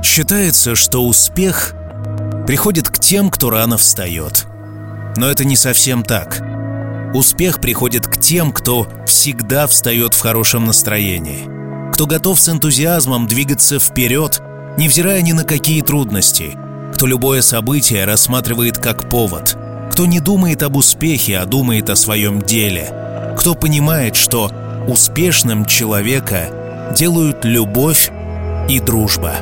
Считается, что успех приходит к тем, кто рано встает. Но это не совсем так. Успех приходит к тем, кто всегда встает в хорошем настроении, кто готов с энтузиазмом двигаться вперед, невзирая ни на какие трудности, кто любое событие рассматривает как повод, кто не думает об успехе, а думает о своем деле, кто понимает, что успешным человека делают любовь и дружба.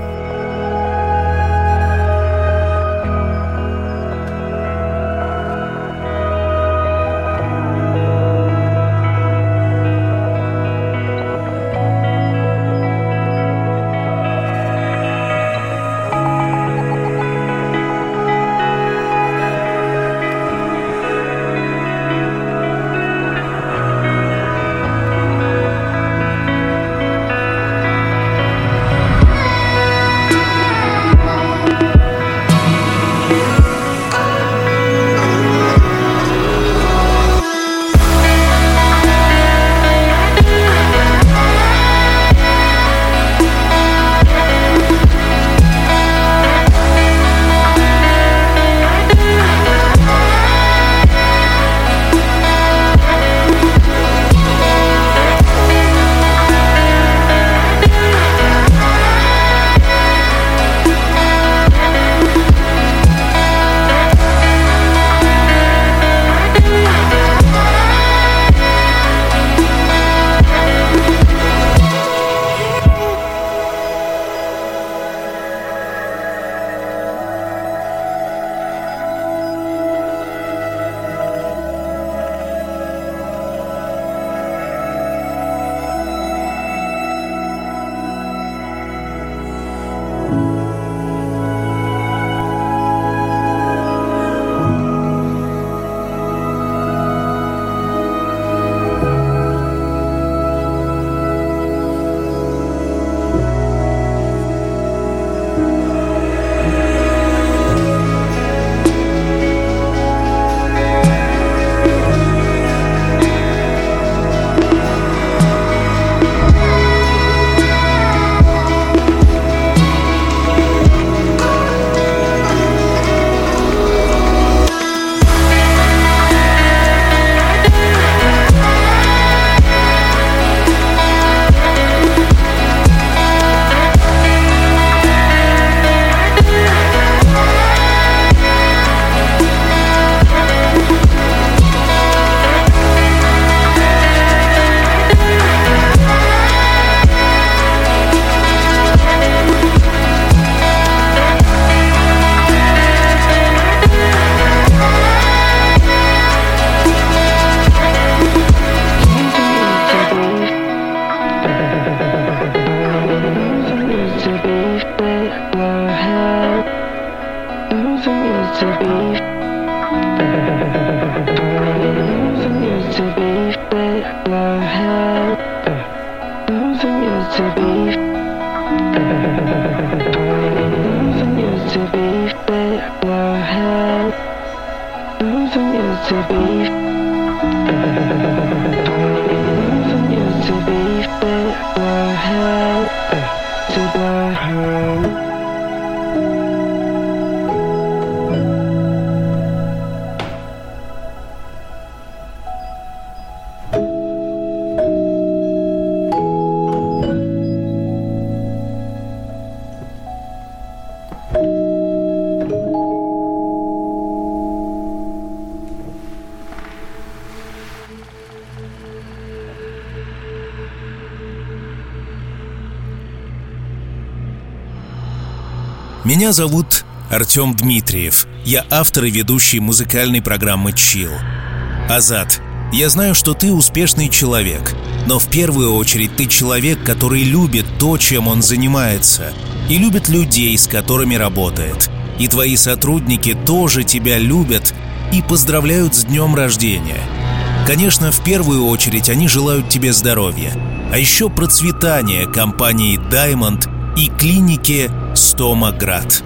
Меня зовут Артем Дмитриев. Я автор и ведущий музыкальной программы «Чилл». Азат, я знаю, что ты успешный человек, но в первую очередь ты человек, который любит то, чем он занимается, и любит людей, с которыми работает. И твои сотрудники тоже тебя любят и поздравляют с днем рождения. Конечно, в первую очередь они желают тебе здоровья, а еще процветания компании Diamond и клинике Стомаград.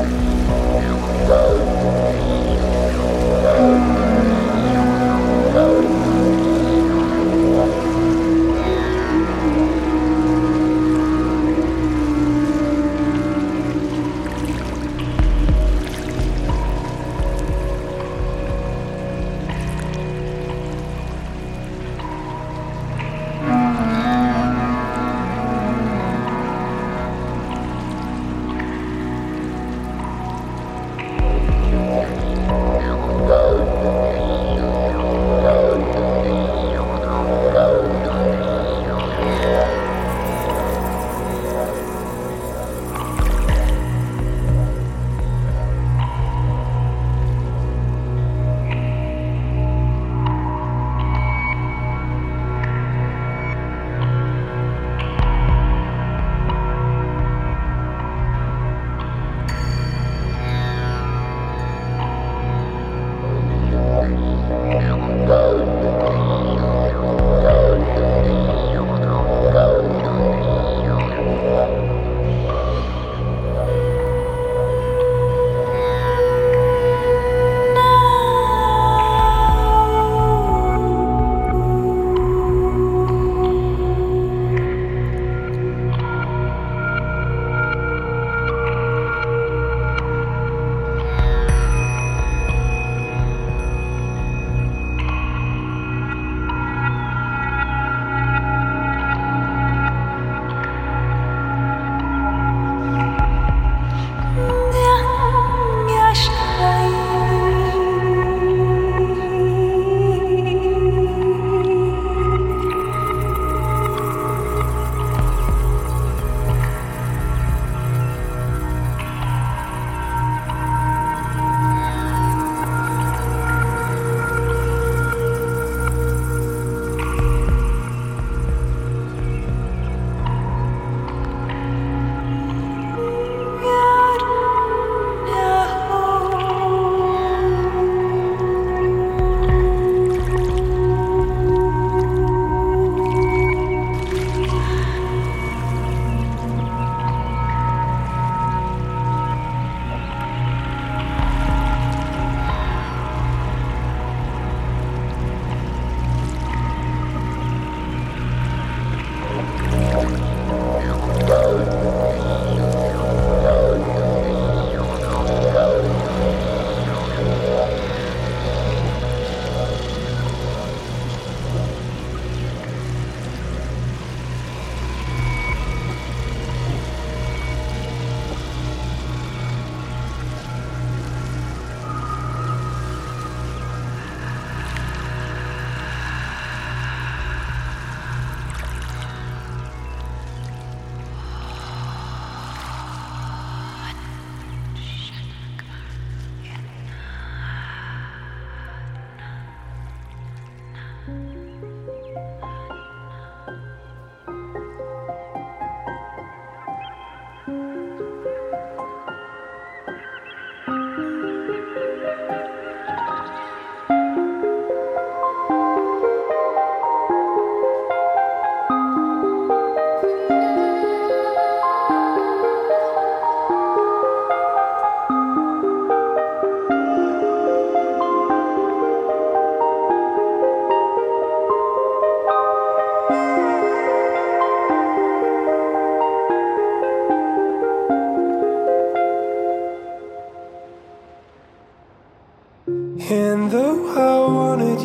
And though I wanted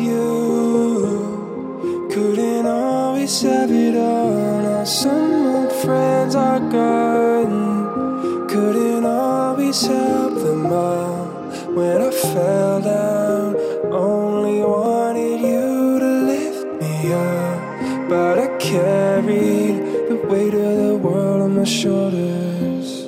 you, couldn't always have it all. Now some old friends are gone, couldn't always help them all. When I fell down, only wanted you to lift me up, but I carried the weight of the world on my shoulders.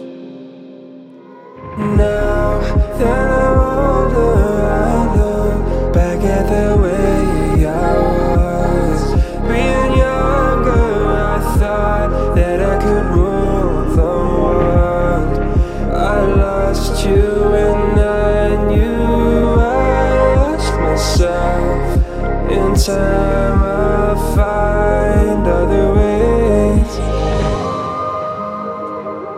Now that I'm older, I look back at the way I was. Being younger, I thought that I could rule the world. I lost you and I knew I lost myself. In time I'll find other ways.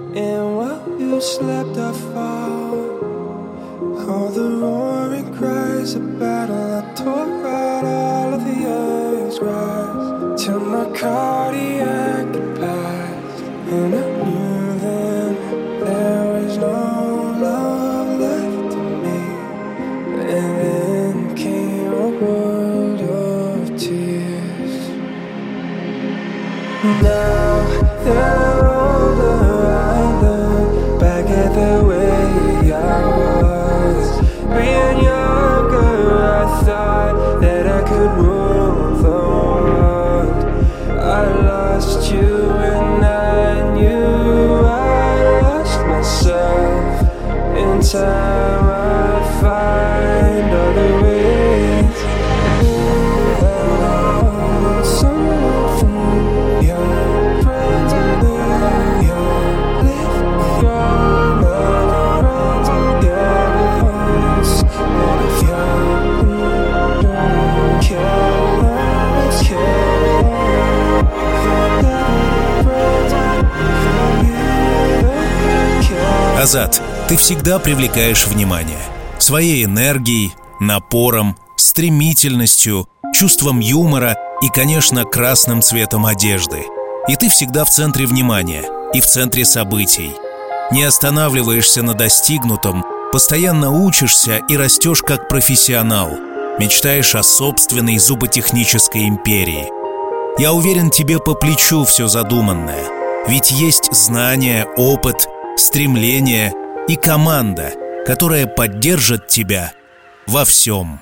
And while you slept I fought all the roaring cries of battle. I tore out all of the earth's cries till my cardiac had passed. And I knew then there was no love left in me. And then came a world of tears. Now that I'm older, I look back at the way I was. Being younger, I thought that I could rule the world. I lost you and I knew I lost myself. In time I'd find other ways. Someone from your friends and your live your love together. And if you don't care, Азат, ты всегда привлекаешь внимание. Своей энергией, напором, стремительностью, чувством юмора и, конечно, красным цветом одежды. И ты всегда в центре внимания и в центре событий. Не останавливаешься на достигнутом, постоянно учишься и растешь как профессионал. Мечтаешь о собственной зуботехнической империи. Я уверен, тебе по плечу все задуманное. Ведь есть знания, опыт, стремление и команда, которая поддержит тебя во всем.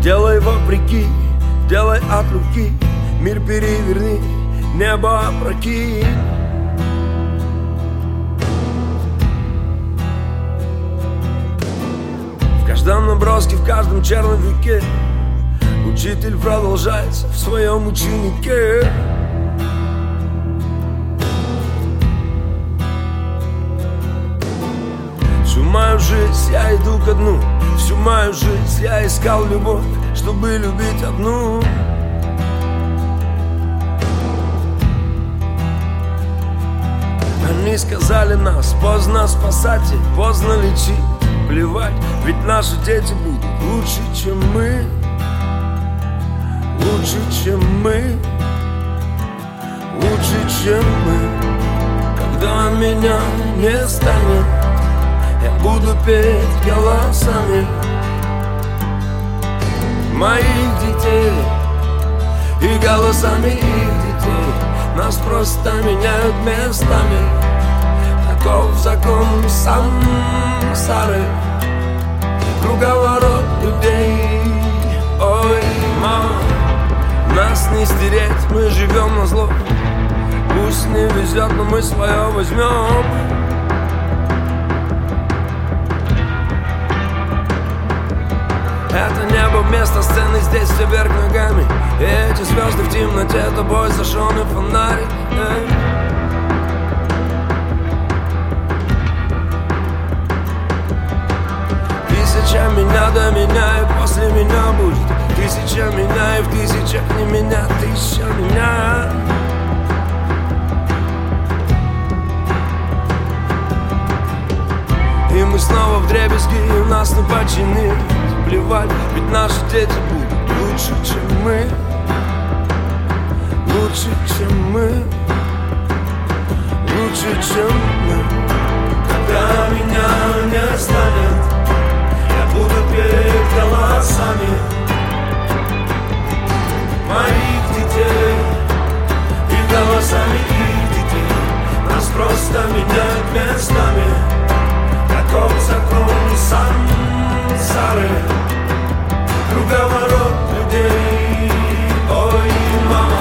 Делай вопреки, делай от руки, мир переверни, небо опрокинь. В каждом наброске, в каждом черновике учитель продолжается в своем ученике. Всю мою жизнь я иду ко дну, всю мою жизнь я искал любовь, чтобы любить одну. Они сказали нас поздно спасать и поздно лечить. Плевать, ведь наши дети будут лучше, чем мы. Лучше, чем мы. Лучше, чем мы. Когда меня не станет, я буду петь голосами моих детей и голосами их детей. Нас просто меняют местами. Таков закон сансары, круговорот людей. Ой, мама, нас не стереть, мы живем назло. Пусть не везет, но мы свое возьмем. Это небо вместо сцены, здесь все вверх ногами. И эти звезды в темноте, тобой зажженный фонарик. Тысяча меня до меня, и после меня будет тысяча меня, и в тысячах не меня, тысяча меня. И мы снова вдребезги, и нас не починить. Плевать, ведь наши дети будут лучше, чем мы. Лучше, чем мы. Лучше, чем мы. Когда меня не станет, я буду петь голосами моих детей и голосами их детей. Нас просто меняют местами. Таков закон сансары, круговорот людей. Ой, мама.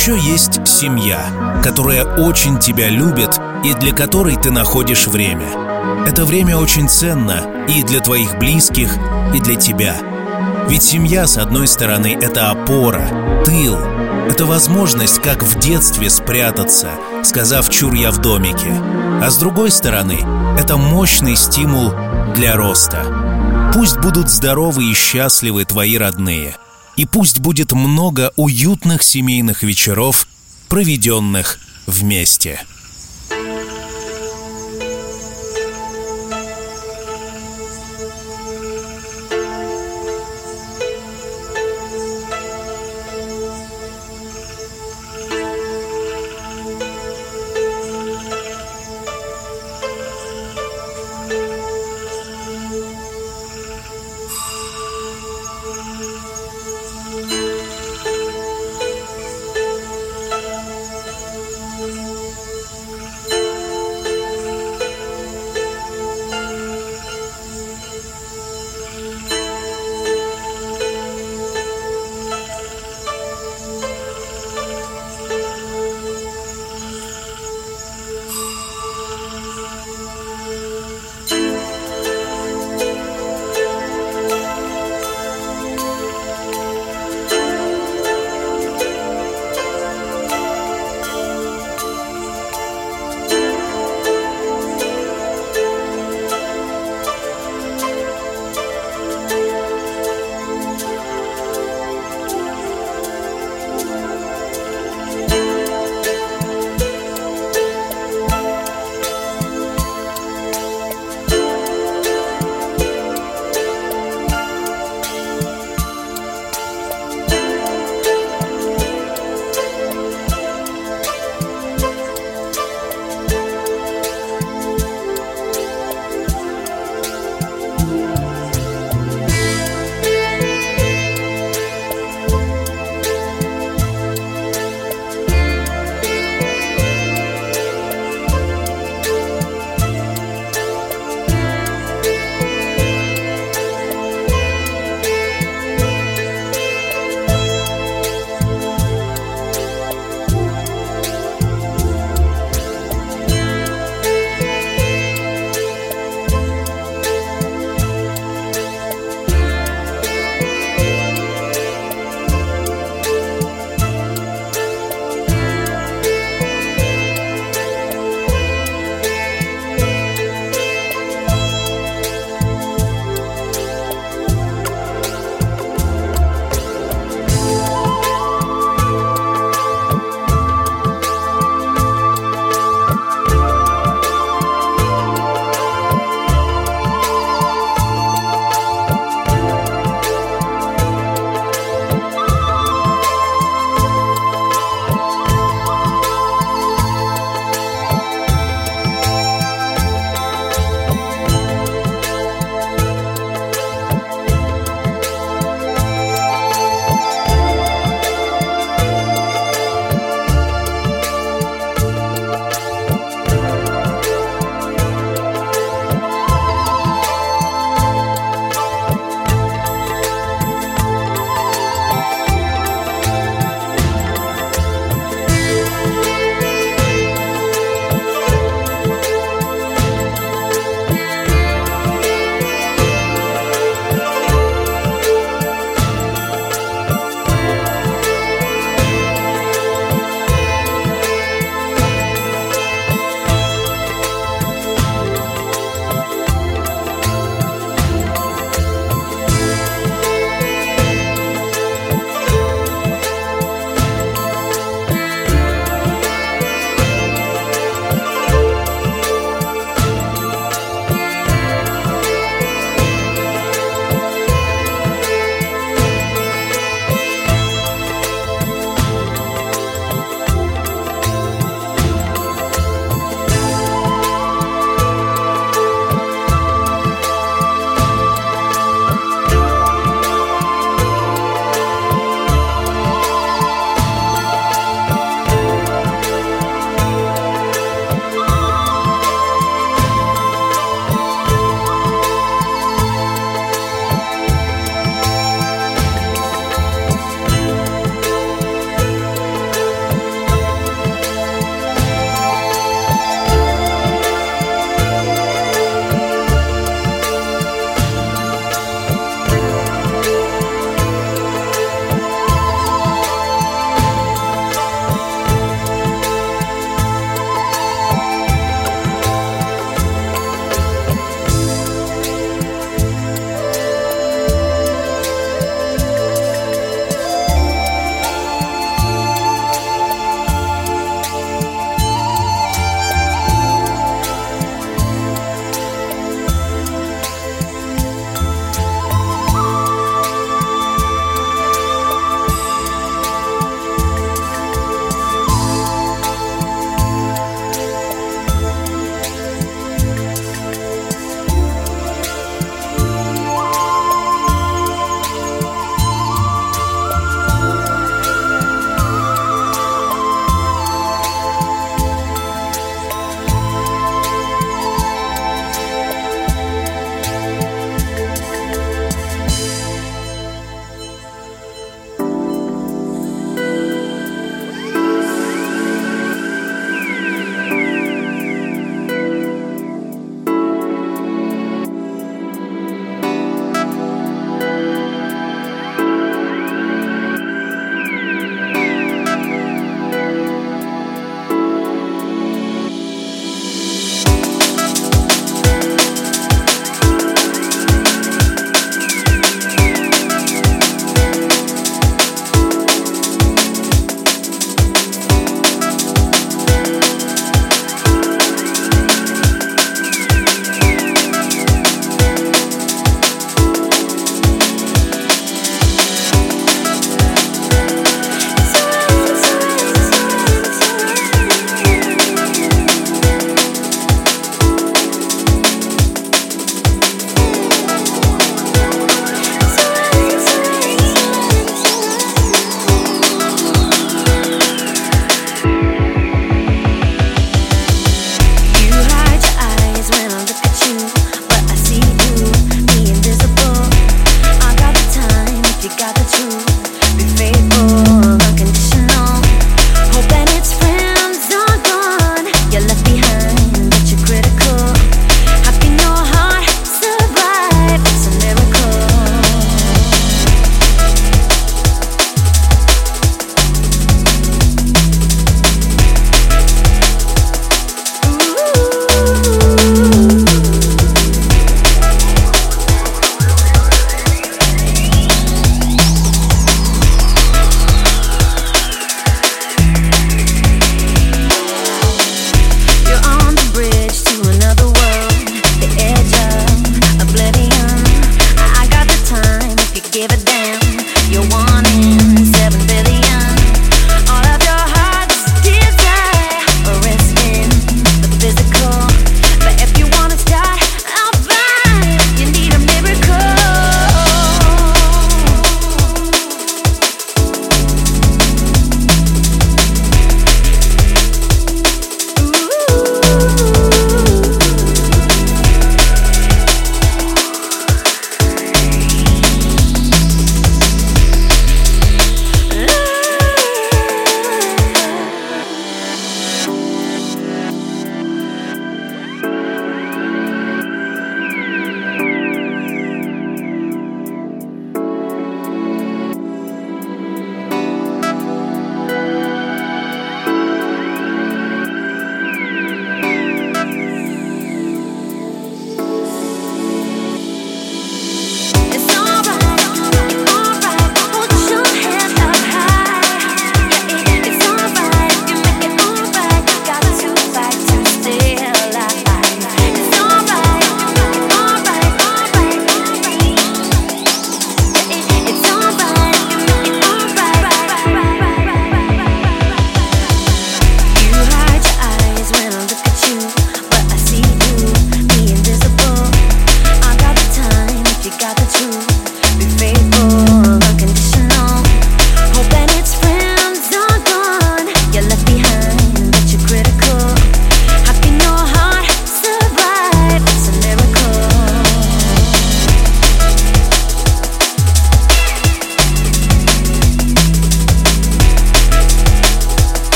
еще есть семья, которая очень тебя любит и для которой ты находишь время. Это время очень ценно и для твоих близких, и для тебя. Ведь семья, с одной стороны, это опора, тыл. Это возможность, как в детстве, спрятаться, сказав «чур, я в домике». А с другой стороны, это мощный стимул для роста. Пусть будут здоровы и счастливы твои родные. И пусть будет много уютных семейных вечеров, проведенных вместе.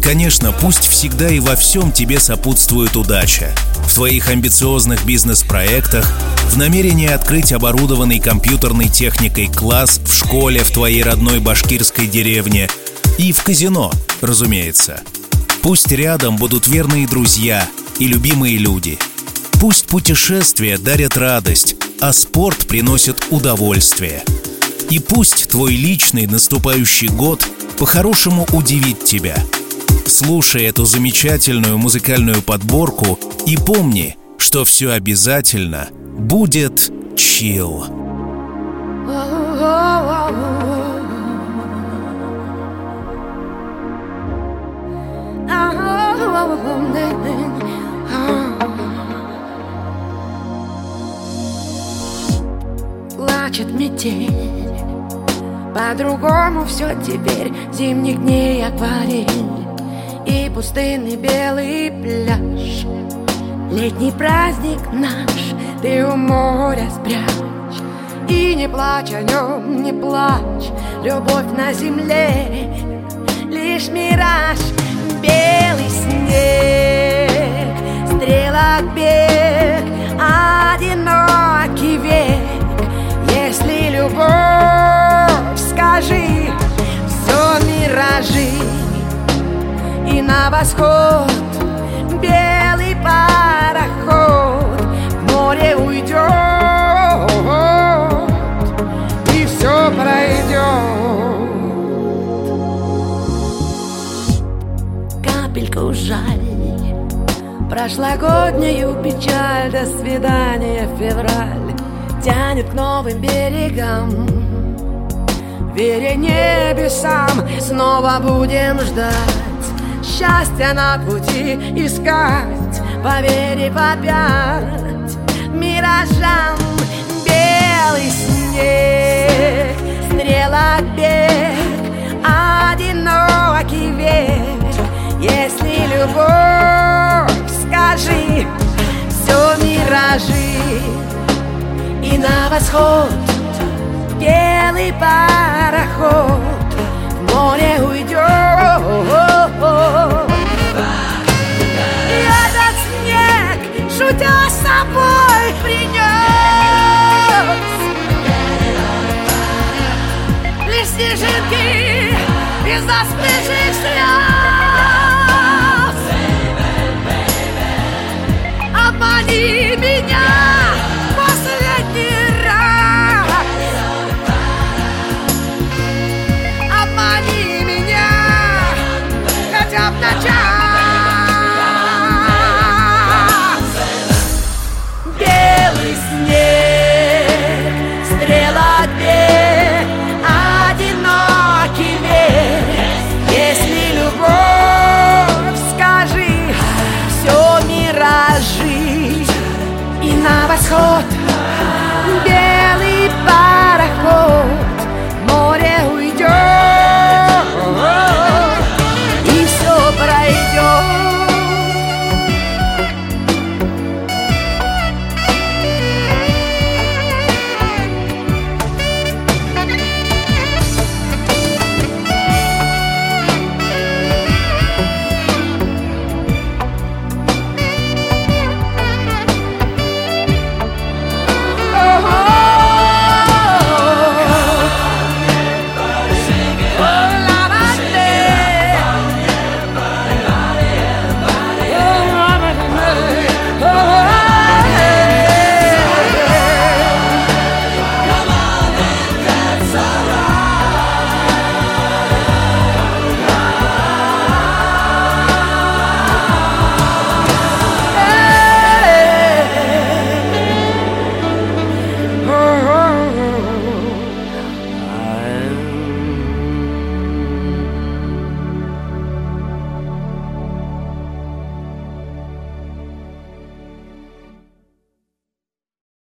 Конечно, пусть всегда и во всем тебе сопутствует удача. В твоих амбициозных бизнес-проектах, в намерении открыть оборудованный компьютерной техникой класс в школе в твоей родной башкирской деревне и в казино, разумеется. Пусть рядом будут верные друзья и любимые люди. Пусть путешествия дарят радость, а спорт приносит удовольствие. И пусть твой личный наступающий год по-хорошему удивит тебя. Слушай эту замечательную музыкальную подборку и помни, что все обязательно будет чилл. Плачет метель, по-другому все теперь. Зимних дней акварель и пустынный белый пляж. Летний праздник наш ты у моря спрячь. И не плачь о нем, не плачь. Любовь на земле лишь мираж. Белый снег, стрелок бег, одинокий век. Если любовь, скажи, все миражи. И на восход белый пароход в море уйдет, и все пройдет. Капельку жаль, прошлогоднюю печаль. До свидания, февраль тянет к новым берегам. Веря небесам, снова будем ждать. Счастья на пути искать, поверив опять миражам. Белый снег, стрелок бег, одинокий век. Если любовь, скажи, все миражи. И на восход белый пароход в море уйдет. И этот снег, шутя с собой, принес лишь снежинки из застывших слез. Обмани меня последний раз. Обмани меня хотя бы на час. Белый снег, стрелок бег, одинокий век. Если любовь, скажи, все миражи. И на восход